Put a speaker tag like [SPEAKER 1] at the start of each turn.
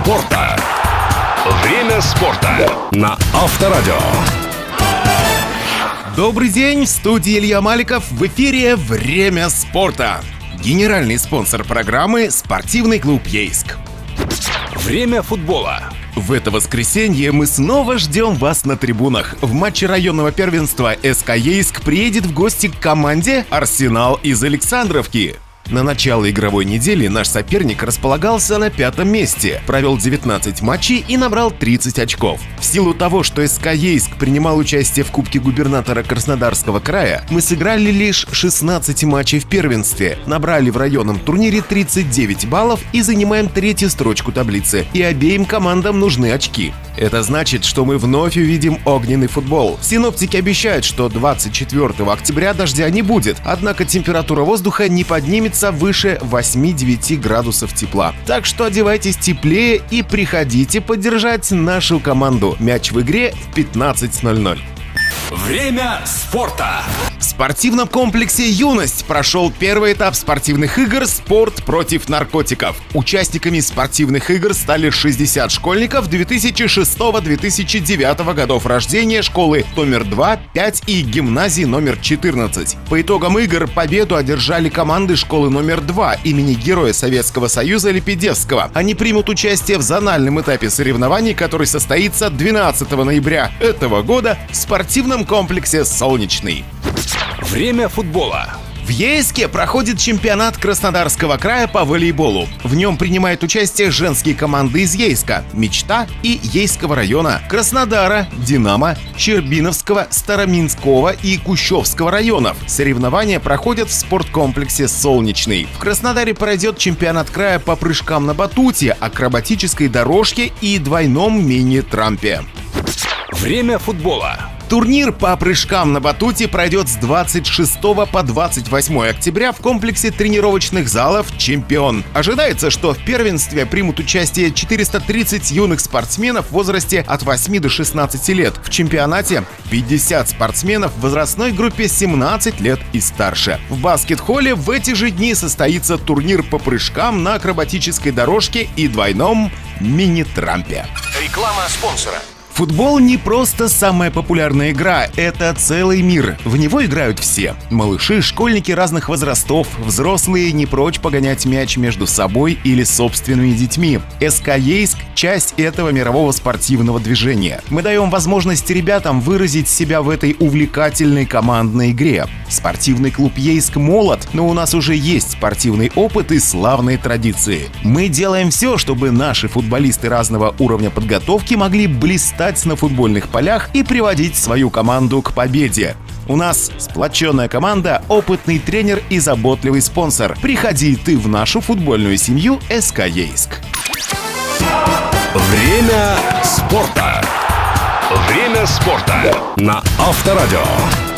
[SPEAKER 1] спорта. Время спорта на Авторадио.
[SPEAKER 2] Добрый день, в студии Илья Маликов, в эфире «Время спорта». Генеральный спонсор программы — спортивный клуб «Ейск».
[SPEAKER 1] Время футбола.
[SPEAKER 2] В это воскресенье мы снова ждем вас на трибунах. В матче районного первенства СК «Ейск» приедет в гости к команде «Арсенал» из Александровки. На начало игровой недели наш соперник располагался на 5-м месте, провел 19 матчей и набрал 30 очков. В силу того, что СК «Ейск» принимал участие в Кубке губернатора Краснодарского края, мы сыграли лишь 16 матчей в первенстве, набрали в районном турнире 39 баллов и занимаем третью строчку таблицы, и обеим командам нужны очки. Это значит, что мы вновь увидим огненный футбол. Синоптики обещают, что 24 октября дождя не будет, однако температура воздуха не поднимется выше 8-9 градусов тепла. Так что одевайтесь теплее и приходите поддержать нашу команду. Мяч в игре в 15:00.
[SPEAKER 1] Время спорта.
[SPEAKER 2] В спортивном комплексе «Юность» прошел первый этап спортивных игр «Спорт против наркотиков». Участниками спортивных игр стали 60 школьников 2006-2009 годов рождения школы номер 2, 5 и гимназии номер 14. По итогам игр победу одержали команды школы номер 2 имени Героя Советского Союза Лепедевского. Они примут участие в зональном этапе соревнований, который состоится 12 ноября этого года в спортивном комплексе «Солнечный».
[SPEAKER 1] Время футбола.
[SPEAKER 2] В Ейске проходит чемпионат Краснодарского края по волейболу. В нем принимают участие женские команды из Ейска, «Мечта» и Ейского района, Краснодара, «Динамо», Щербиновского, Староминского и Кущевского районов. Соревнования проходят в спорткомплексе «Солнечный». В Краснодаре пройдет чемпионат края по прыжкам на батуте, акробатической дорожке и двойном мини-трампе.
[SPEAKER 1] Время футбола.
[SPEAKER 2] Турнир по прыжкам на батуте пройдет с 26 по 28 октября в комплексе тренировочных залов «Чемпион». Ожидается, что в первенстве примут участие 430 юных спортсменов в возрасте от 8 до 16 лет. В чемпионате 50 спортсменов в возрастной группе 17 лет и старше. В баскет-холле в эти же дни состоится турнир по прыжкам на акробатической дорожке и двойном мини-трампе.
[SPEAKER 1] Реклама спонсора.
[SPEAKER 2] Футбол не просто самая популярная игра, это целый мир. В него играют все. Малыши, школьники разных возрастов, взрослые не прочь погонять мяч между собой или собственными детьми. СК «Ейск» — часть этого мирового спортивного движения. Мы даем возможность ребятам выразить себя в этой увлекательной командной игре. Спортивный клуб «Ейск» молод, но у нас уже есть спортивный опыт и славные традиции. Мы делаем все, чтобы наши футболисты разного уровня подготовки могли блистать на футбольных полях и приводить свою команду к победе. У нас сплоченная команда, опытный тренер и заботливый спонсор. Приходи ты в нашу футбольную семью СК «Ейск».
[SPEAKER 1] Время спорта. Время спорта на Авторадио.